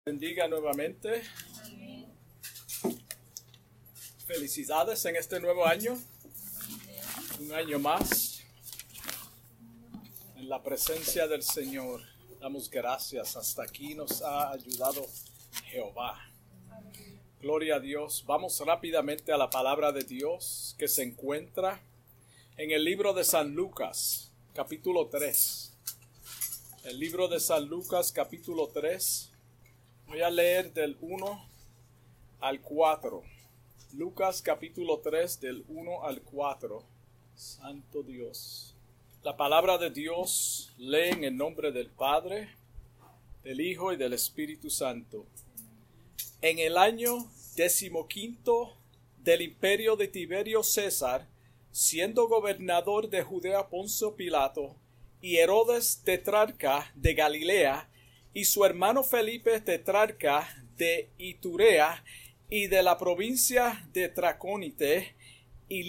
Bendiga nuevamente. Felicidades en este nuevo año. Un año más en la presencia del Señor. Damos gracias. Hasta aquí nos ha ayudado Jehová. Gloria a Dios. Vamos rápidamente a la palabra de Dios que se encuentra en el libro de San Lucas, capítulo 3. El libro de San Lucas, capítulo 3. Voy a leer del 1 al 4. Lucas capítulo 3 del 1 al 4. Santo Dios. La palabra de Dios lee en el nombre del Padre, del Hijo y del Espíritu Santo. En el año 15 del imperio de Tiberio César, siendo gobernador de Judea Poncio Pilato y Herodes tetrarca de Galilea, y su hermano Felipe tetrarca de Iturea y de la provincia de Traconite, y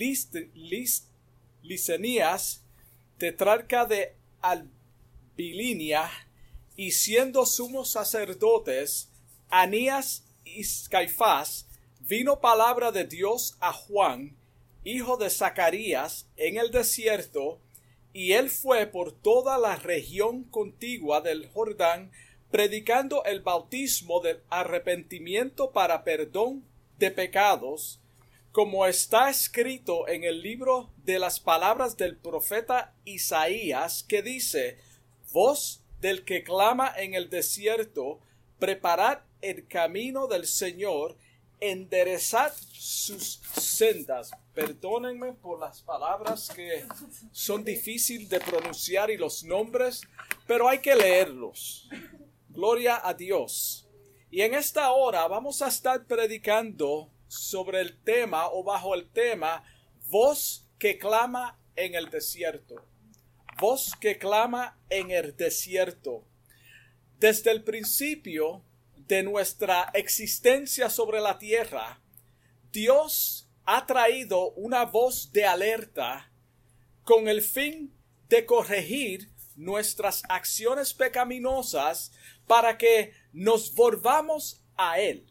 Licenías tetrarca de Abilinia, y siendo sumos sacerdotes Anías y Caifás, vino palabra de Dios a Juan, hijo de Zacarías, en el desierto, y él fue por toda la región contigua del Jordán, predicando el bautismo del arrepentimiento para perdón de pecados, como está escrito en el libro de las palabras del profeta Isaías, que dice: Voz del que clama en el desierto, preparad el camino del Señor, enderezad sus sendas. Perdónenme por las palabras que son difíciles de pronunciar y los nombres, pero hay que leerlos. Gloria a Dios. Y en esta hora vamos a estar predicando sobre el tema o bajo el tema voz que clama en el desierto. Voz que clama en el desierto. Desde el principio de nuestra existencia sobre la tierra, Dios ha traído una voz de alerta con el fin de corregir nuestras acciones pecaminosas para que nos volvamos a Él.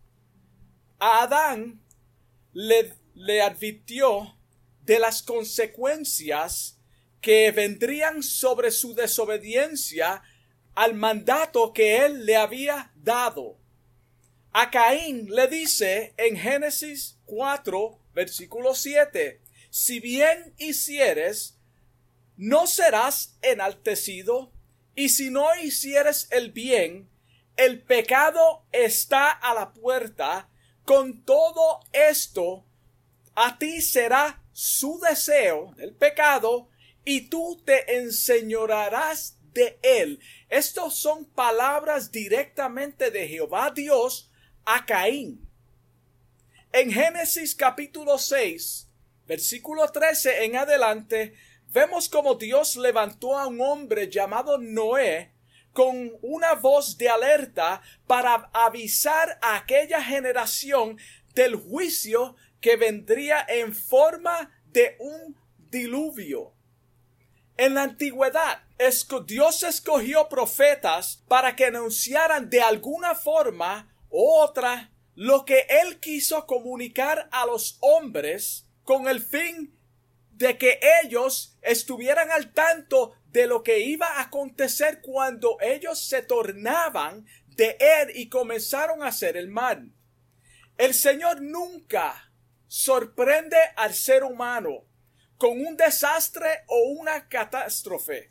A Adán le advirtió de las consecuencias que vendrían sobre su desobediencia al mandato que Él le había dado. A Caín le dice en Génesis 4, versículo 7, si bien hicieres, no serás enaltecido, y si no hicieres el bien, el pecado está a la puerta. Con todo esto, a ti será su deseo, el pecado, y tú te enseñorearás de él. Estas son palabras directamente de Jehová Dios a Caín. En Génesis capítulo 6, versículo 13 en adelante, vemos como Dios levantó a un hombre llamado Noé con una voz de alerta para avisar a aquella generación del juicio que vendría en forma de un diluvio. En la antigüedad, Dios escogió profetas para que anunciaran de alguna forma u otra lo que Él quiso comunicar a los hombres con el fin de que ellos estuvieran al tanto de lo que iba a acontecer cuando ellos se tornaban de Él y comenzaron a hacer el mal. El Señor nunca sorprende al ser humano con un desastre o una catástrofe.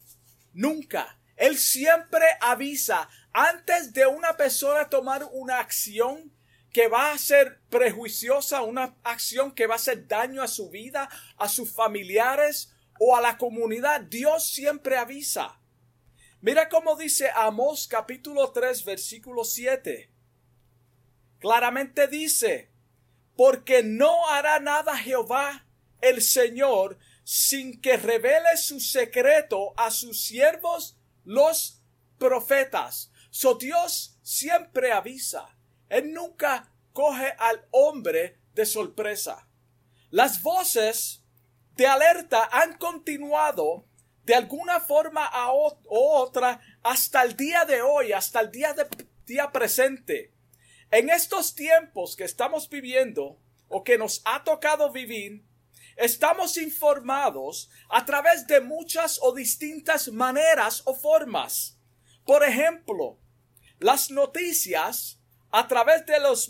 Nunca. Él siempre avisa antes de una persona tomar una acción que va a ser prejuiciosa, una acción que va a hacer daño a su vida, a sus familiares o a la comunidad. Dios siempre avisa. Mira cómo dice Amós capítulo 3 versículo 7. Claramente dice: porque no hará nada Jehová el Señor sin que revele su secreto a sus siervos los profetas. So Dios siempre avisa. Él nunca coge al hombre de sorpresa. Las voces de alerta han continuado de alguna forma u otra hasta el día de hoy, hasta el día de día presente. En estos tiempos que estamos viviendo o que nos ha tocado vivir, estamos informados a través de muchas o distintas maneras o formas. Por ejemplo, las noticias a través de los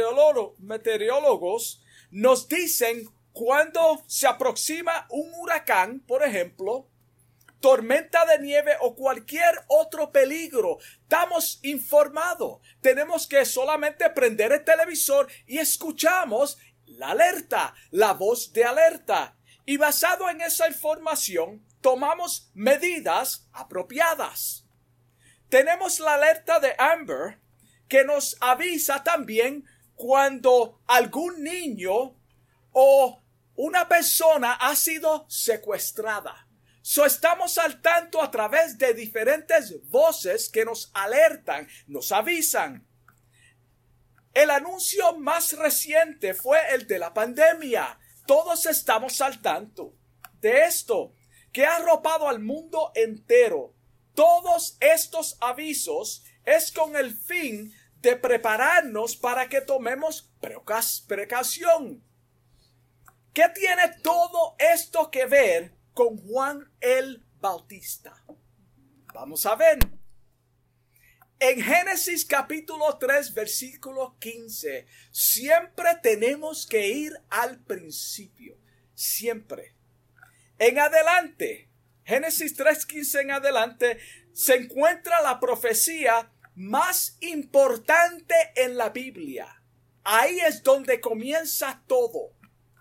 meteorólogos nos dicen cuando se aproxima un huracán, por ejemplo, tormenta de nieve o cualquier otro peligro. Estamos informados. Tenemos que solamente prender el televisor y escuchamos la alerta, la voz de alerta. Y basado en esa información, tomamos medidas apropiadas. Tenemos la alerta de Amber, que nos avisa también cuando algún niño o una persona ha sido secuestrada. Estamos al tanto a través de diferentes voces que nos alertan, nos avisan. El anuncio más reciente fue el de la pandemia. Todos estamos al tanto de esto, que ha arropado al mundo entero. Todos estos avisos es con el fin de prepararnos para que tomemos precaución. ¿Qué tiene todo esto que ver con Juan el Bautista? Vamos a ver. En Génesis capítulo 3 versículo 15, siempre tenemos que ir al principio. Siempre. En adelante, Génesis 3:15 en adelante, se encuentra la profecía más importante en la Biblia. Ahí es donde comienza todo.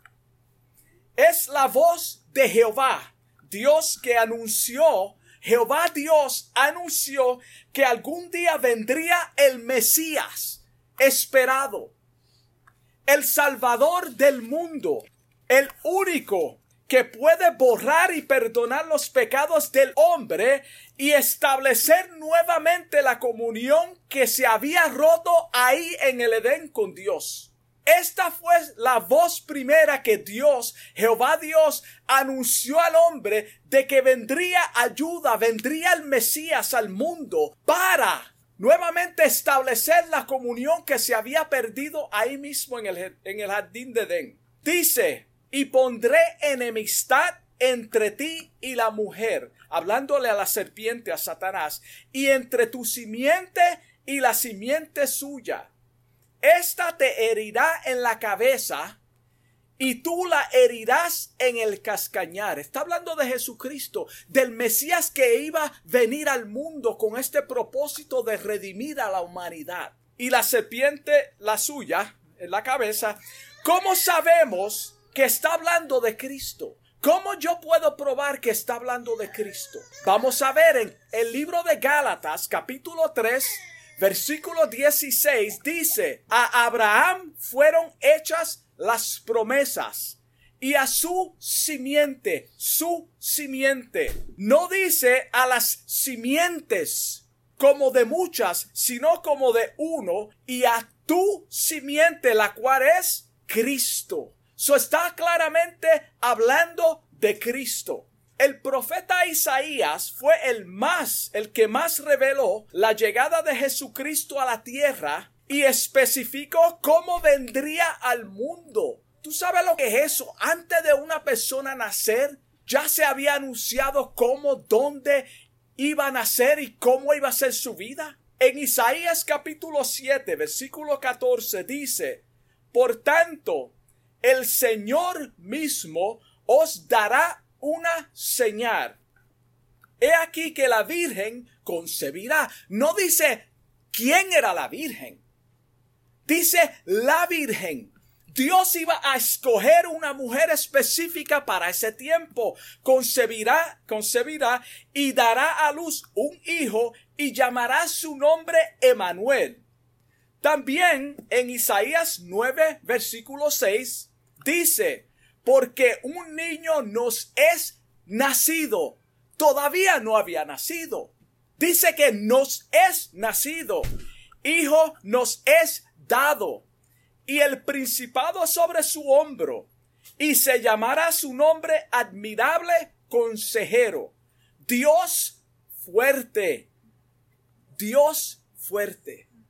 Es la voz de Jehová, Dios que anunció, Jehová Dios anunció que algún día vendría el Mesías esperado, el Salvador del mundo, el único que puede borrar y perdonar los pecados del hombre y establecer nuevamente la comunión que se había roto ahí en el Edén con Dios. Esta fue la voz primera que Dios, Jehová Dios, anunció al hombre de que vendría ayuda, vendría el Mesías al mundo para nuevamente establecer la comunión que se había perdido ahí mismo en el jardín de Edén. Dice, y pondré enemistad entre ti y la mujer, hablándole a la serpiente, a Satanás, y entre tu simiente y la simiente suya. Esta te herirá en la cabeza y tú la herirás en el cascañar. Está hablando de Jesucristo, del Mesías que iba a venir al mundo con este propósito de redimir a la humanidad. Y la serpiente, la suya, en la cabeza. ¿Cómo sabemos que está hablando de Cristo? ¿Cómo yo puedo probar que está hablando de Cristo? Vamos a ver en el libro de Gálatas, capítulo 3, versículo 16, dice, a Abraham fueron hechas las promesas y a su simiente. No dice a las simientes como de muchas, sino como de uno, y a tu simiente, la cual es Cristo. Está claramente hablando de Cristo. El profeta Isaías fue el que más reveló la llegada de Jesucristo a la tierra y especificó cómo vendría al mundo. ¿Tú sabes lo que es eso? Antes de una persona nacer, ya se había anunciado cómo, dónde iba a nacer y cómo iba a ser su vida. En Isaías capítulo 7, versículo 14 dice, por tanto, el Señor mismo os dará una señal. He aquí que la Virgen concebirá. No dice quién era la Virgen. Dice la Virgen. Dios iba a escoger una mujer específica para ese tiempo. Concebirá y dará a luz un hijo y llamará su nombre Emanuel. También en Isaías 9, versículo 6, dice, porque un niño nos es nacido. Todavía no había nacido. Dice que nos es nacido. Hijo nos es dado. Y el principado sobre su hombro. Y se llamará su nombre admirable consejero. Dios fuerte. Dios fuerte.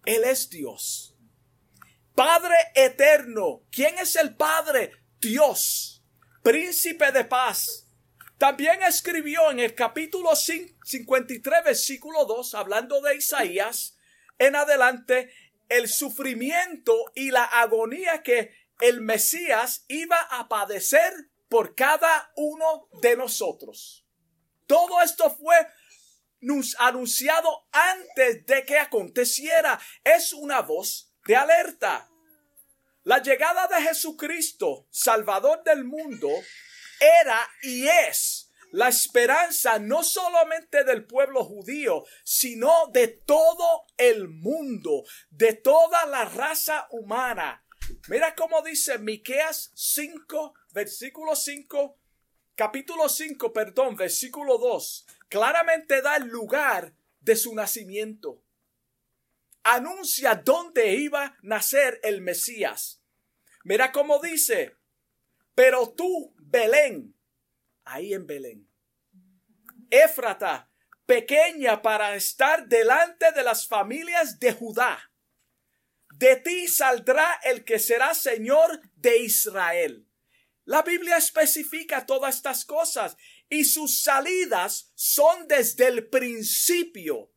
Él es Dios. Padre eterno. ¿Quién es el Padre? Dios. Príncipe de paz. También escribió en el capítulo 53, versículo 2, hablando de Isaías, en adelante, el sufrimiento y la agonía que el Mesías iba a padecer por cada uno de nosotros. Todo esto fue anunciado antes de que aconteciera. Es una voz de alerta. La llegada de Jesucristo, Salvador del mundo, era y es la esperanza no solamente del pueblo judío, sino de todo el mundo, de toda la raza humana. Mira cómo dice Miqueas 5, versículo 5, capítulo 5, versículo 2. Claramente da el lugar de su nacimiento. Anuncia dónde iba a nacer el Mesías. Mira cómo dice: pero tú, Belén, ahí en Belén, Éfrata, pequeña para estar delante de las familias de Judá, de ti saldrá el que será Señor de Israel. La Biblia especifica todas estas cosas y sus salidas son desde el principio,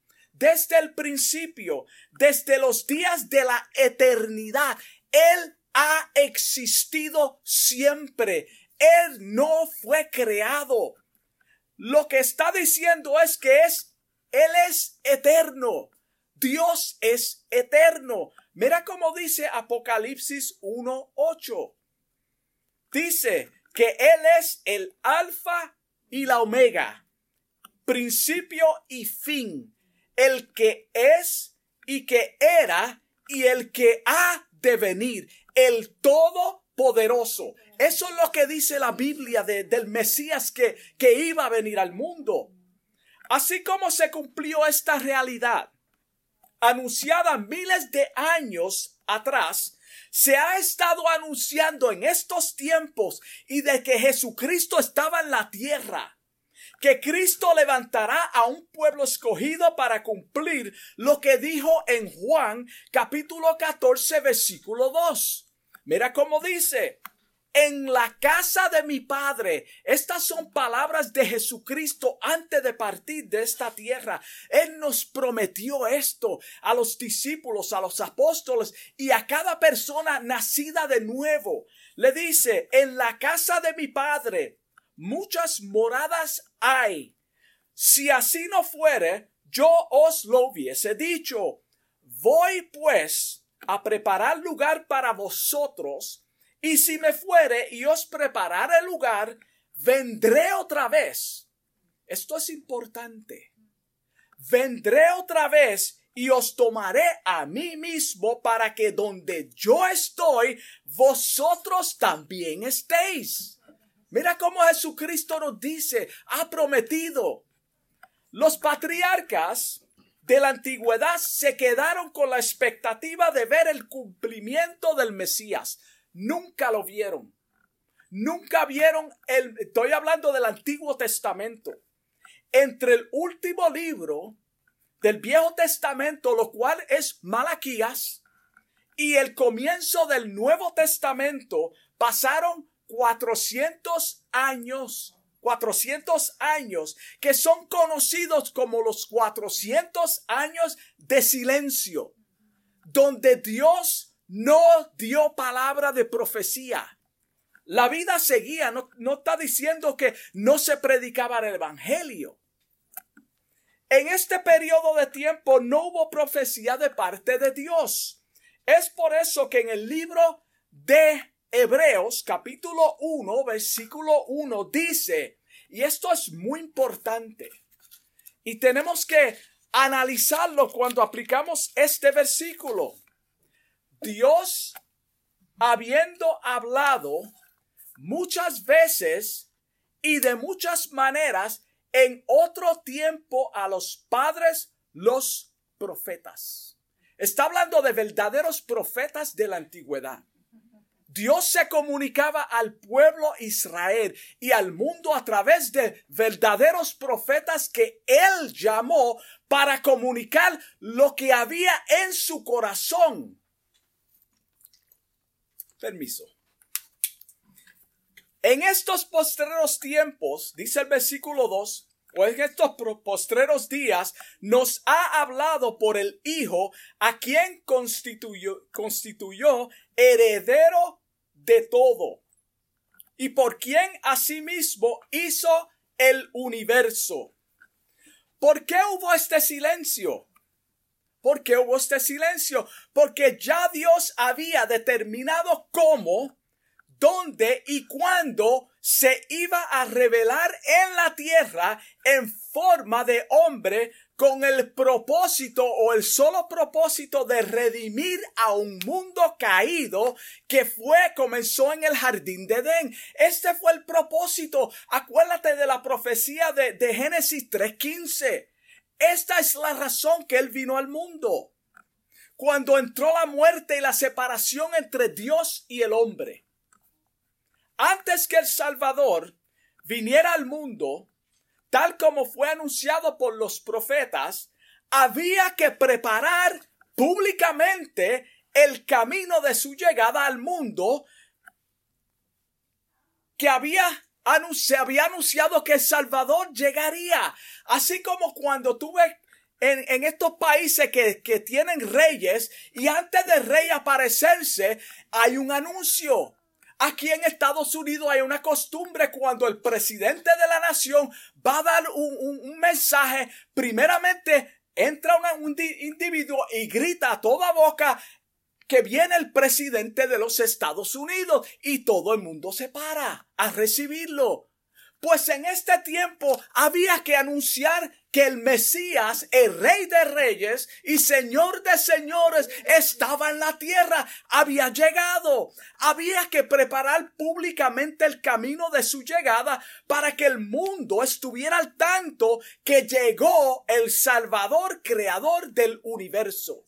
desde los días de la eternidad. Él ha existido siempre. Él no fue creado. Lo que está diciendo es que Él es eterno. Dios es eterno. Mira cómo dice Apocalipsis 1:8. Dice que Él es el alfa y la omega, principio y fin, el que es y que era y el que ha de venir, el todopoderoso. Eso es lo que dice la Biblia del Mesías que iba a venir al mundo. Así como se cumplió esta realidad, anunciada miles de años atrás, se ha estado anunciando en estos tiempos y de que Jesucristo estaba en la tierra, que Cristo levantará a un pueblo escogido para cumplir lo que dijo en Juan capítulo 14 versículo 2. Mira cómo dice: en la casa de mi Padre. Estas son palabras de Jesucristo antes de partir de esta tierra. Él nos prometió esto a los discípulos, a los apóstoles y a cada persona nacida de nuevo. Le dice: en la casa de mi Padre muchas moradas hay. Si así no fuere, yo os lo hubiese dicho. Voy pues a preparar lugar para vosotros. Y si me fuere y os preparare lugar, vendré otra vez. Esto es importante. Vendré otra vez y os tomaré a mí mismo para que donde yo estoy, vosotros también estéis. Mira cómo Jesucristo nos dice, ha prometido. Los patriarcas de la antigüedad se quedaron con la expectativa de ver el cumplimiento del Mesías. Nunca lo vieron. Nunca vieron estoy hablando del Antiguo Testamento. Entre el último libro del Viejo Testamento, lo cual es Malaquías, y el comienzo del Nuevo Testamento, pasaron 400 años, que son conocidos como los 400 años de silencio, donde Dios no dio palabra de profecía. La vida seguía, no está diciendo que no se predicaba el evangelio. En este periodo de tiempo no hubo profecía de parte de Dios. Es por eso que en el libro de Hebreos, capítulo 1, versículo 1, dice, y esto es muy importante, y tenemos que analizarlo cuando aplicamos este versículo. Dios, habiendo hablado muchas veces y de muchas maneras en otro tiempo a los padres, los profetas. Está hablando de verdaderos profetas de la antigüedad. Dios se comunicaba al pueblo Israel y al mundo a través de verdaderos profetas que Él llamó para comunicar lo que había en su corazón. Permiso. En estos postreros tiempos, dice el versículo 2, o en estos postreros días, nos ha hablado por el Hijo, a quien constituyó heredero de todo, y por quien asimismo hizo el universo. ¿Por qué hubo este silencio? ¿Por qué hubo este silencio? Porque ya Dios había determinado cómo, dónde y cuándo se iba a revelar en la tierra en forma de hombre, con el propósito o el solo propósito de redimir a un mundo caído que comenzó en el jardín de Edén. Este fue el propósito. Acuérdate de la profecía de Génesis 3:15. Esta es la razón que Él vino al mundo. Cuando entró la muerte y la separación entre Dios y el hombre. Antes que el Salvador viniera al mundo, tal como fue anunciado por los profetas, había que preparar públicamente el camino de su llegada al mundo, que se había anunciado que el Salvador llegaría. Así como cuando tú ves en estos países que tienen reyes, y antes del rey aparecerse hay un anuncio. Aquí en Estados Unidos hay una costumbre: cuando el presidente de la nación va a dar un mensaje, primeramente entra un individuo y grita a toda boca que viene el presidente de los Estados Unidos, y todo el mundo se para a recibirlo. Pues en este tiempo había que anunciar que el Mesías, el Rey de Reyes y Señor de Señores, estaba en la tierra, había llegado. Había que preparar públicamente el camino de su llegada para que el mundo estuviera al tanto que llegó el Salvador, creador del universo.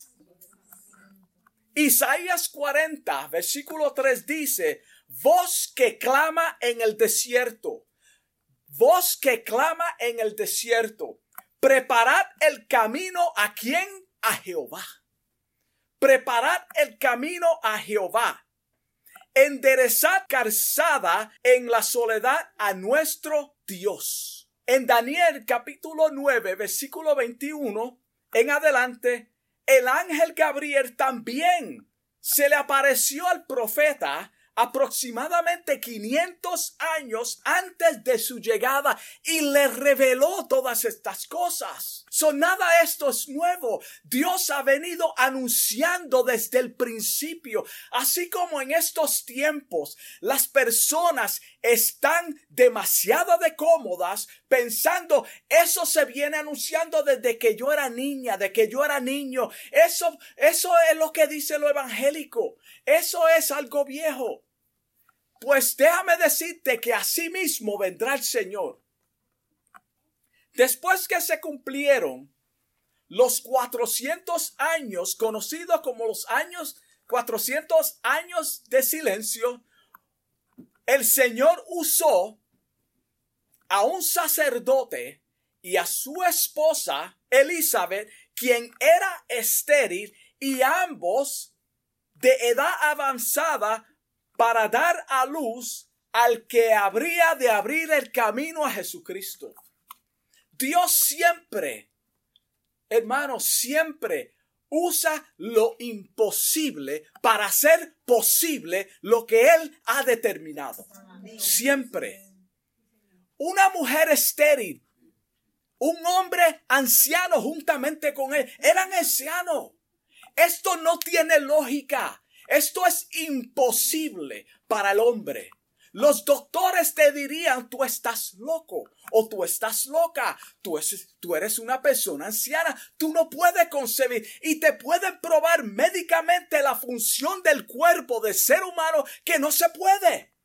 Isaías 40, versículo 3 dice: voz que clama en el desierto. Voz que clama en el desierto. Preparad el camino ¿a quién? A Jehová. Preparad el camino a Jehová. Enderezad calzada en la soledad a nuestro Dios. En Daniel capítulo 9, versículo 21 en adelante, el ángel Gabriel también se le apareció al profeta aproximadamente 500 años antes de su llegada y le reveló todas estas cosas. Nada esto es nuevo. Dios ha venido anunciando desde el principio. Así como en estos tiempos las personas están demasiado cómodas pensando: eso se viene anunciando desde que yo era niña, de que yo era niño. Eso es lo que dice lo evangélico. Eso es algo viejo. Pues déjame decirte que así mismo vendrá el Señor. Después que se cumplieron los 400 años, conocidos como los 400 años de silencio, el Señor usó a un sacerdote y a su esposa Elizabeth, quien era estéril, y ambos de edad avanzada, para dar a luz al que habría de abrir el camino a Jesucristo. Dios siempre, hermanos, siempre usa lo imposible para hacer posible lo que Él ha determinado. Siempre. Una mujer estéril, un hombre anciano juntamente con él, eran ancianos. Esto no tiene lógica. Esto es imposible para el hombre. Los doctores te dirían: tú estás loco o tú estás loca. Tú eres una persona anciana. Tú no puedes concebir. Y te pueden probar médicamente la función del cuerpo del ser humano que no se puede.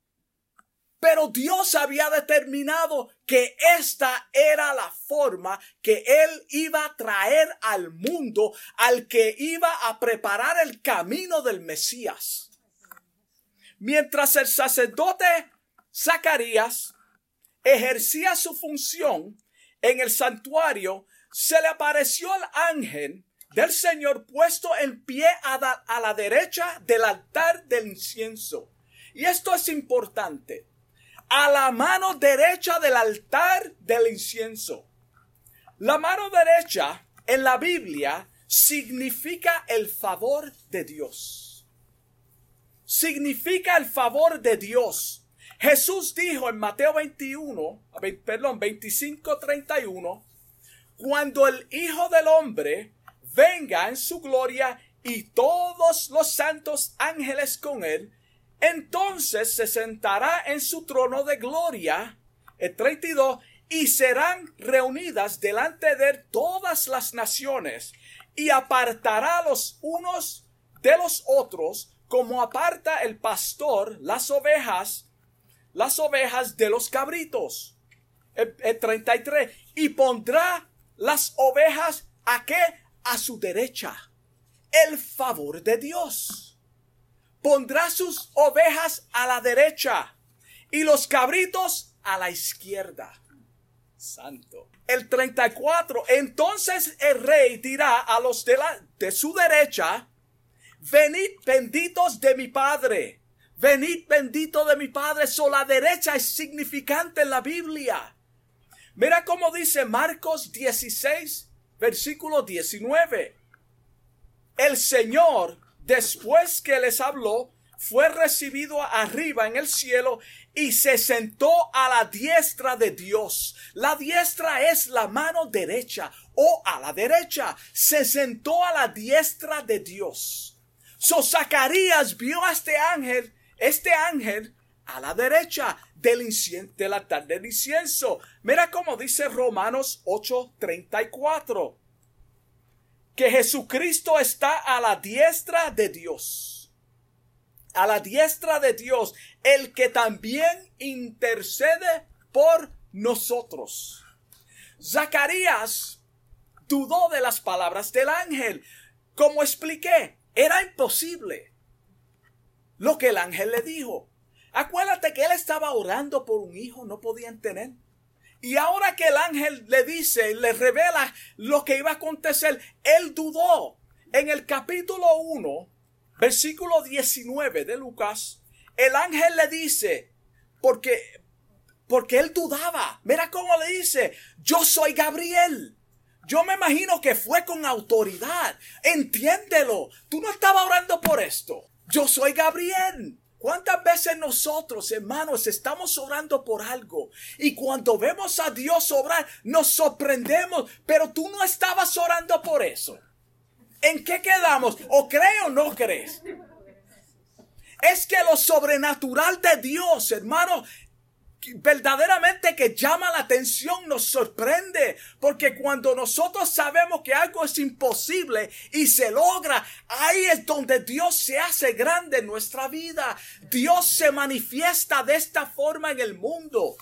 Pero Dios había determinado que esta era la forma que Él iba a traer al mundo, al que iba a preparar el camino del Mesías. Mientras el sacerdote Zacarías ejercía su función en el santuario, se le apareció al ángel del Señor puesto en pie a la derecha del altar del incienso. Y esto es importante. A la mano derecha del altar del incienso. La mano derecha en la Biblia significa el favor de Dios. Significa el favor de Dios. Jesús dijo en Mateo 25:31, cuando el Hijo del Hombre venga en su gloria y todos los santos ángeles con él, entonces se sentará en su trono de gloria, el 32, y serán reunidas delante de él todas las naciones, y apartará los unos de los otros, como aparta el pastor las ovejas de los cabritos. El 33, y pondrá las ovejas ¿a qué? A su derecha. El favor de Dios. Pondrá sus ovejas a la derecha y los cabritos a la izquierda. Santo. El 34. Entonces el rey dirá a los de su derecha: venid benditos de mi Padre. Venid bendito de mi Padre. La derecha es significante en la Biblia. Mira cómo dice Marcos 16, versículo 19. El Señor, después que les habló, fue recibido arriba en el cielo y se sentó a la diestra de Dios. La diestra es la mano derecha o a la derecha. Se sentó a la diestra de Dios. Zacarías vio a este ángel a la derecha del altar del incienso. Mira cómo dice Romanos 8:34. Que Jesucristo está a la diestra de Dios. A la diestra de Dios, el que también intercede por nosotros. Zacarías dudó de las palabras del ángel. Como expliqué, era imposible lo que el ángel le dijo. Acuérdate que él estaba orando por un hijo, no podían tener. Y ahora que el ángel le dice, le revela lo que iba a acontecer, él dudó. En el capítulo 1, versículo 19 de Lucas, el ángel le dice, porque él dudaba. Mira cómo le dice: yo soy Gabriel. Yo me imagino que fue con autoridad. Entiéndelo. Tú no estabas orando por esto. Yo soy Gabriel. ¿Cuántas veces nosotros, hermanos, estamos orando por algo y cuando vemos a Dios obrar nos sorprendemos, pero tú no estabas orando por eso? ¿En qué quedamos? ¿O crees o no crees? Es que lo sobrenatural de Dios, hermano, verdaderamente que llama la atención, nos sorprende, porque cuando nosotros sabemos que algo es imposible y se logra, ahí es donde Dios se hace grande en nuestra vida. Dios se manifiesta de esta forma en el mundo.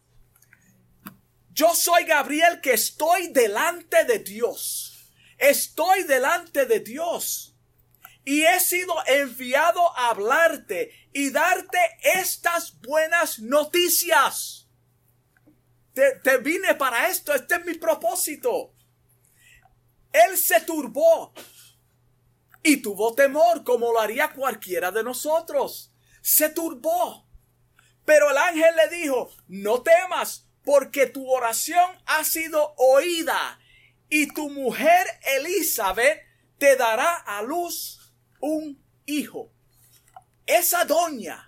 Yo soy Gabriel, que estoy delante de Dios. Estoy delante de Dios. Y he sido enviado a hablarte y darte estas buenas noticias. Te vine para esto. Este es mi propósito. Él se turbó y tuvo temor, como lo haría cualquiera de nosotros. Se turbó. Pero el ángel le dijo: no temas, porque tu oración ha sido oída y tu mujer Elizabeth te dará a luz un hijo. Esa doña,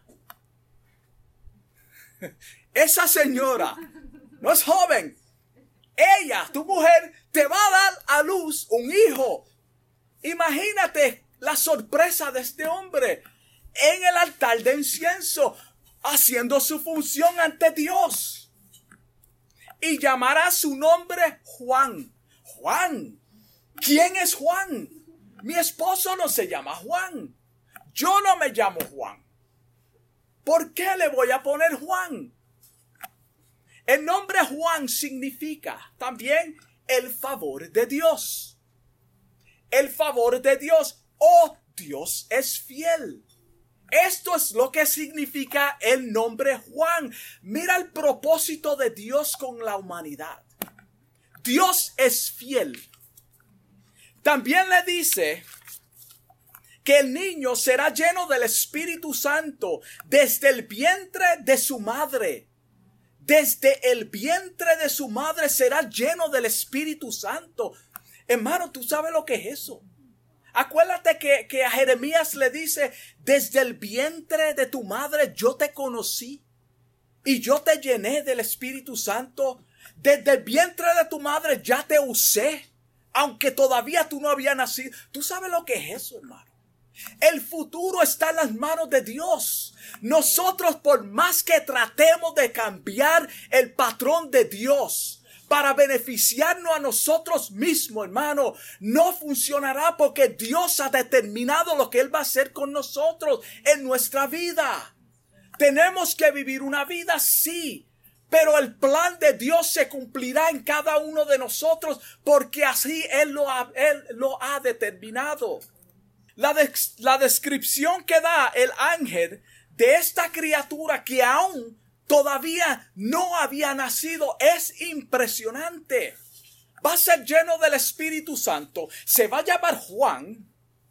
esa señora, no es joven. Ella, tu mujer, te va a dar a luz un hijo. Imagínate la sorpresa de este hombre en el altar de incienso, haciendo su función ante Dios. Y llamará su nombre Juan. Juan. ¿Quién es Juan? Mi esposo no se llama Juan. Yo no me llamo Juan. ¿Por qué le voy a poner Juan? El nombre Juan significa también el favor de Dios. El favor de Dios. Oh, Dios es fiel. Esto es lo que significa el nombre Juan. Mira el propósito de Dios con la humanidad. Dios es fiel. También le dice que el niño será lleno del Espíritu Santo desde el vientre de su madre. Desde el vientre de su madre será lleno del Espíritu Santo. Hermano, ¿tú sabes lo que es eso? Acuérdate que a Jeremías le dice, desde el vientre de tu madre yo te conocí y yo te llené del Espíritu Santo. Desde el vientre de tu madre ya te usé, aunque todavía tú no habías nacido. ¿Tú sabes lo que es eso, hermano? El futuro está en las manos de Dios. Nosotros, por más que tratemos de cambiar el patrón de Dios para beneficiarnos a nosotros mismos, hermano, no funcionará, porque Dios ha determinado lo que Él va a hacer con nosotros en nuestra vida. Tenemos que vivir una vida, sí, pero el plan de Dios se cumplirá en cada uno de nosotros, porque así Él lo ha determinado. La descripción que da el ángel de esta criatura que aún todavía no había nacido es impresionante. Va a ser lleno del Espíritu Santo. Se va a llamar Juan.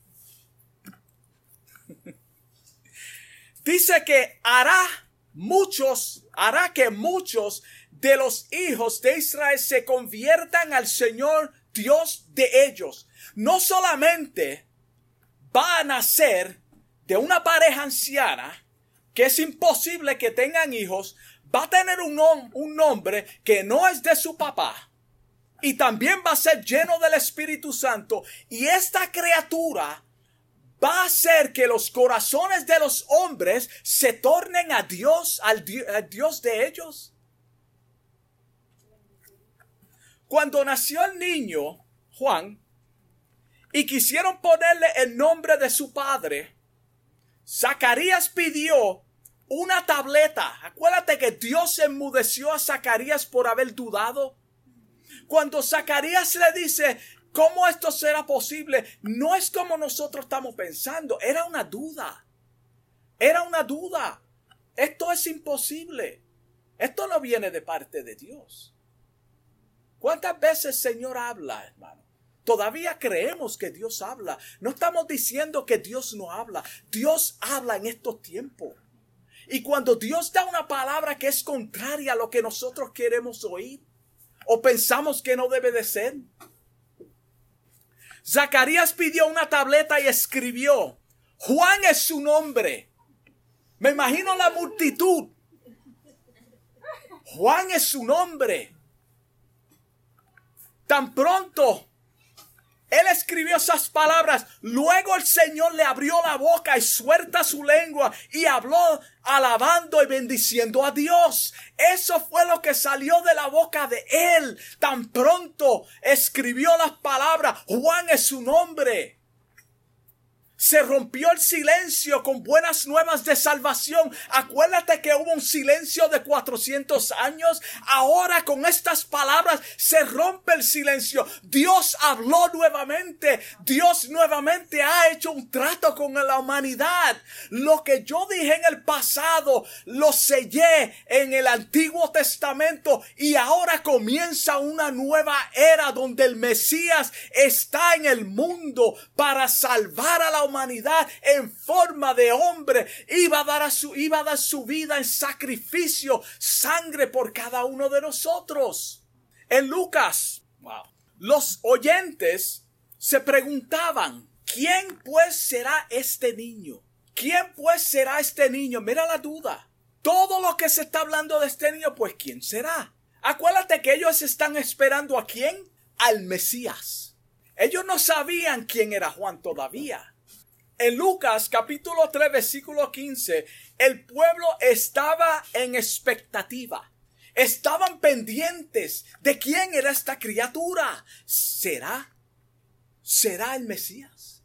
Dice que hará que muchos de los hijos de Israel se conviertan al Señor Dios de ellos. No solamente va a nacer de una pareja anciana, que es imposible que tengan hijos, va a tener un nombre que no es de su papá, y también va a ser lleno del Espíritu Santo, y esta criatura va a hacer que los corazones de los hombres se tornen a Dios, al Dios de ellos. Cuando nació el niño, Juan, y quisieron ponerle el nombre de su padre, Zacarías pidió una tableta. Acuérdate que Dios enmudeció a Zacarías por haber dudado. Cuando Zacarías le dice, ¿cómo esto será posible? No es como nosotros estamos pensando. Era una duda. Era una duda. Esto es imposible. Esto no viene de parte de Dios. ¿Cuántas veces el Señor habla, hermano? Todavía creemos que Dios habla. No estamos diciendo que Dios no habla. Dios habla en estos tiempos. Y cuando Dios da una palabra que es contraria a lo que nosotros queremos oír, o pensamos que no debe de ser. Zacarías pidió una tableta y escribió, Juan es su nombre. Me imagino la multitud. Juan es su nombre. Tan pronto él escribió esas palabras, luego el Señor le abrió la boca y suelta su lengua y habló alabando y bendiciendo a Dios. Eso fue lo que salió de la boca de él. Tan pronto escribió las palabras, Juan es su nombre. Se rompió el silencio con buenas nuevas de salvación. Acuérdate que hubo un silencio de 400 años. Ahora con estas palabras se rompe el silencio. Dios habló nuevamente. Dios nuevamente ha hecho un trato con la humanidad. Lo que yo dije en el pasado lo sellé en el Antiguo Testamento y ahora comienza una nueva era donde el Mesías está en el mundo para salvar a la humanidad en forma de hombre. Iba a dar su vida en sacrificio, sangre por cada uno de nosotros. En Lucas, los oyentes se preguntaban, ¿quién pues será este niño? ¿Quién pues será este niño? Mira la duda. Todo lo que se está hablando de este niño, pues ¿quién será? Acuérdate que ellos están esperando ¿a quién? Al Mesías. Ellos no sabían quién era Juan todavía. En Lucas capítulo 3 versículo 15, el pueblo estaba en expectativa. Estaban pendientes de quién era esta criatura. ¿Será el Mesías?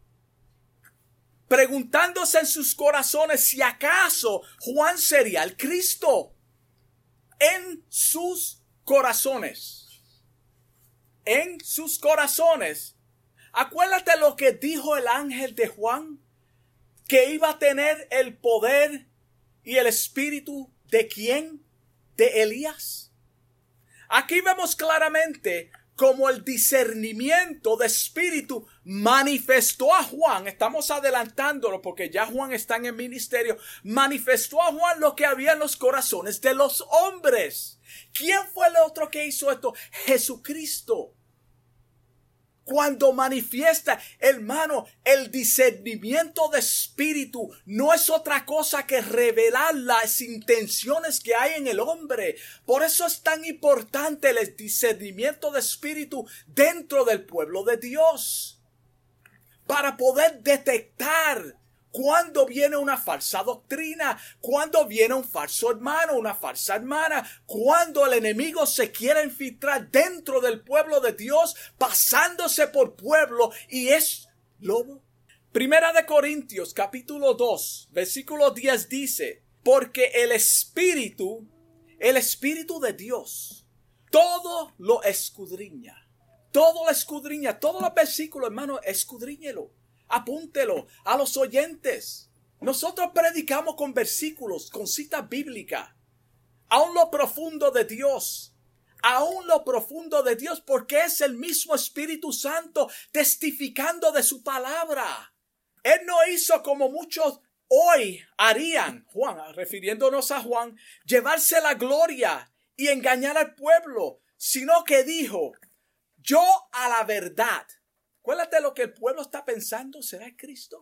Preguntándose en sus corazones si acaso Juan sería el Cristo. En sus corazones. En sus corazones. Acuérdate lo que dijo el ángel de Juan, que iba a tener el poder y el espíritu ¿de quién? De Elías. Aquí vemos claramente cómo el discernimiento de espíritu manifestó a Juan. Estamos adelantándolo porque ya Juan está en el ministerio. Manifestó a Juan lo que había en los corazones de los hombres. ¿Quién fue el otro que hizo esto? Jesucristo. Cuando manifiesta, hermano, el discernimiento de espíritu no es otra cosa que revelar las intenciones que hay en el hombre. Por eso es tan importante el discernimiento de espíritu dentro del pueblo de Dios. Para poder detectar cuando viene una falsa doctrina, cuando viene un falso hermano, una falsa hermana, cuando el enemigo se quiere infiltrar dentro del pueblo de Dios, pasándose por pueblo y es lobo. Primera de Corintios, capítulo 2, versículo 10 dice, porque el Espíritu de Dios, todo lo escudriña. Todo lo escudriña, todos los versículos, hermano, escudriñelo. Apúntelo a los oyentes. Nosotros predicamos con versículos, con citas bíblicas. Aún lo profundo de Dios. Aún lo profundo de Dios, porque es el mismo Espíritu Santo testificando de su palabra. Él no hizo como muchos hoy harían, Juan, refiriéndonos a Juan, llevarse la gloria y engañar al pueblo, sino que dijo, yo a la verdad. Acuérdate lo que el pueblo está pensando, ¿será Cristo?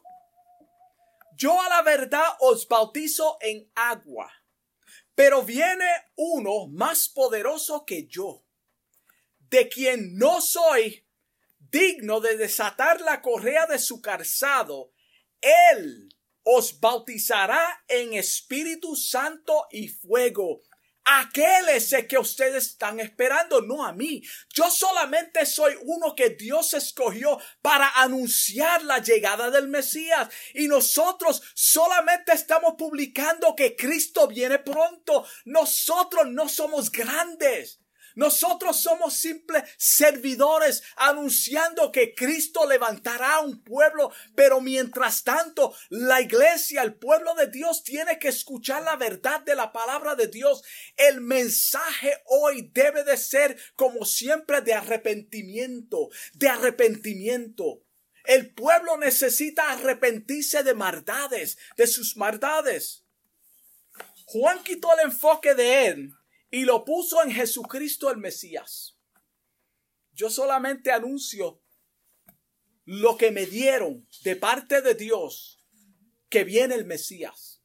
Yo a la verdad os bautizo en agua, pero viene uno más poderoso que yo, de quien no soy digno de desatar la correa de su calzado. Él os bautizará en Espíritu Santo y fuego. Aquel es el que ustedes están esperando, no a mí. Yo solamente soy uno que Dios escogió para anunciar la llegada del Mesías. Y nosotros solamente estamos publicando que Cristo viene pronto. Nosotros no somos grandes. Nosotros somos simples servidores anunciando que Cristo levantará un pueblo, pero mientras tanto la iglesia, el pueblo de Dios tiene que escuchar la verdad de la palabra de Dios. El mensaje hoy debe de ser como siempre de arrepentimiento, de arrepentimiento. El pueblo necesita arrepentirse de maldades, de sus maldades. Juan quitó el enfoque de él y lo puso en Jesucristo el Mesías. Yo solamente anuncio lo que me dieron de parte de Dios, que viene el Mesías.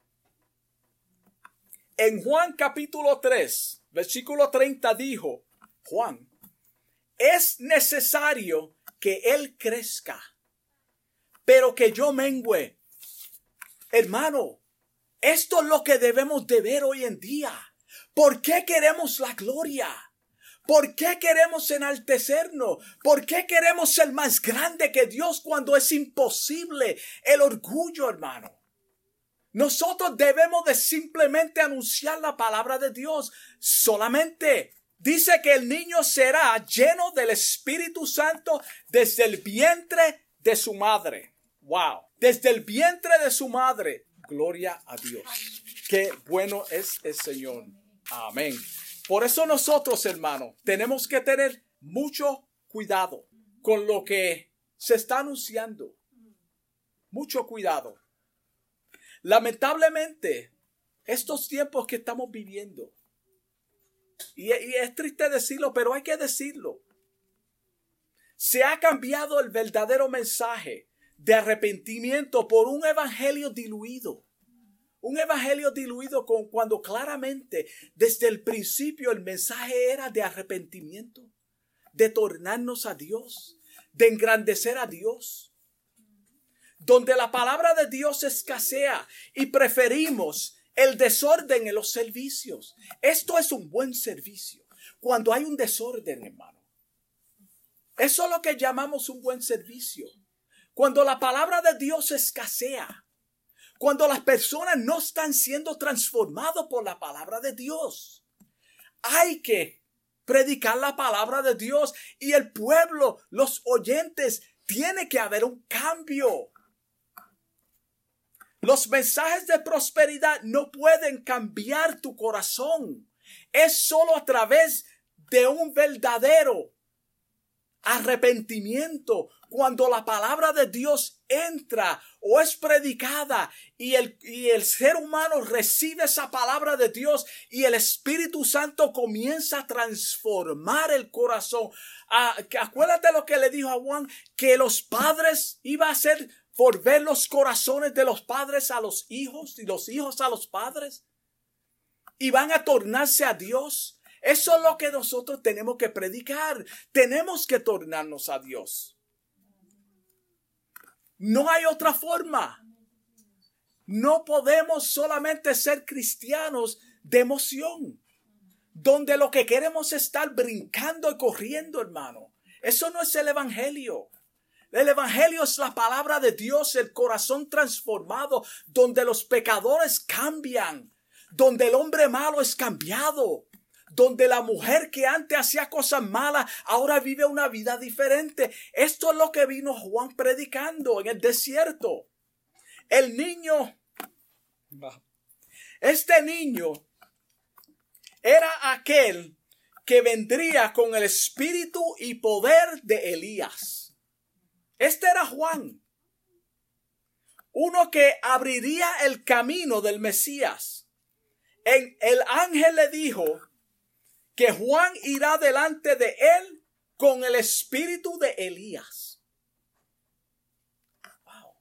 En Juan capítulo 3, versículo 30 dijo, Juan, es necesario que Él crezca, pero que yo mengüe. Hermano, esto es lo que debemos de ver hoy en día. ¿Por qué queremos la gloria? ¿Por qué queremos enaltecernos? ¿Por qué queremos ser más grande que Dios cuando es imposible? El orgullo, hermano. Nosotros debemos de simplemente anunciar la palabra de Dios. Solamente dice que el niño será lleno del Espíritu Santo desde el vientre de su madre. Wow. Desde el vientre de su madre. Gloria a Dios. Qué bueno es el Señor. Amén. Por eso nosotros, hermanos, tenemos que tener mucho cuidado con lo que se está anunciando. Mucho cuidado. Lamentablemente, estos tiempos que estamos viviendo, y es triste decirlo, pero hay que decirlo, se ha cambiado el verdadero mensaje de arrepentimiento por un evangelio diluido. Un evangelio diluido cuando claramente desde el principio el mensaje era de arrepentimiento, de tornarnos a Dios, de engrandecer a Dios. Donde la palabra de Dios escasea y preferimos el desorden en los servicios. Esto es un buen servicio. Cuando hay un desorden, hermano. Eso es lo que llamamos un buen servicio. Cuando la palabra de Dios escasea. Cuando las personas no están siendo transformadas por la palabra de Dios. Hay que predicar la palabra de Dios y el pueblo, los oyentes, tiene que haber un cambio. Los mensajes de prosperidad no pueden cambiar tu corazón. Es solo a través de un verdadero arrepentimiento, cuando la palabra de Dios entra o es predicada y el ser humano recibe esa palabra de Dios y el Espíritu Santo comienza a transformar el corazón. Acuérdate lo que le dijo a Juan, que los padres iba a hacer volver los corazones de los padres a los hijos y los hijos a los padres y van a tornarse a Dios. Eso es lo que nosotros tenemos que predicar. Tenemos que tornarnos a Dios. No hay otra forma. No podemos solamente ser cristianos de emoción, donde lo que queremos es estar brincando y corriendo, hermano. Eso no es el evangelio. El evangelio es la palabra de Dios, el corazón transformado, donde los pecadores cambian, donde el hombre malo es cambiado, donde la mujer que antes hacía cosas malas ahora vive una vida diferente. Esto es lo que vino Juan predicando en el desierto. El niño, este niño era aquel que vendría con el espíritu y poder de Elías. Este era Juan, uno que abriría el camino del Mesías. El ángel le dijo que Juan irá delante de él con el espíritu de Elías. Wow.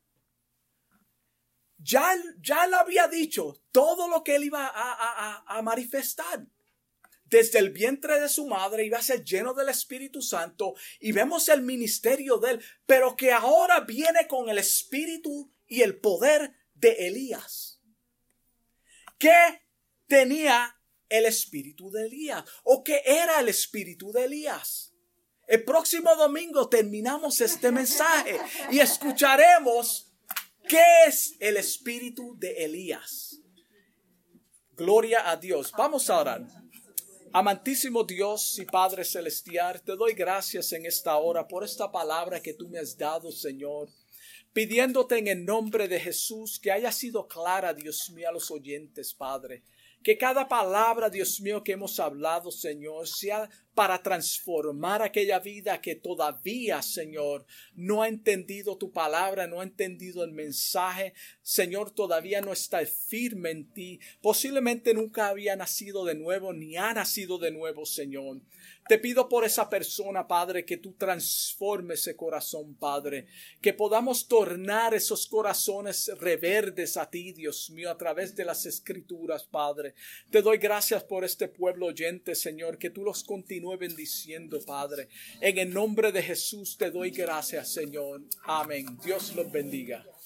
Ya él había dicho todo lo que él iba a manifestar. Desde el vientre de su madre iba a ser lleno del Espíritu Santo y vemos el ministerio de él, pero que ahora viene con el espíritu y el poder de Elías. ¿Qué tenía el espíritu de Elías? ¿O qué era el espíritu de Elías? El próximo domingo terminamos este mensaje y escucharemos qué es el espíritu de Elías. Gloria a Dios. Vamos a orar. Amantísimo Dios y Padre Celestial, te doy gracias en esta hora por esta palabra que tú me has dado, Señor. Pidiéndote en el nombre de Jesús que haya sido clara, Dios mío, a los oyentes, Padre. Que cada palabra, Dios mío, que hemos hablado, Señor, sea para transformar aquella vida que todavía, Señor, no ha entendido tu palabra, no ha entendido el mensaje. Señor, todavía no está firme en ti. Posiblemente nunca había nacido de nuevo, ni ha nacido de nuevo, Señor. Te pido por esa persona, Padre, que tú transformes ese corazón, Padre. Que podamos tornar esos corazones reverdes a ti, Dios mío, a través de las Escrituras, Padre. Te doy gracias por este pueblo oyente, Señor, que tú los continúes bendiciendo, Padre. En el nombre de Jesús te doy gracias, Señor. Amén. Dios los bendiga.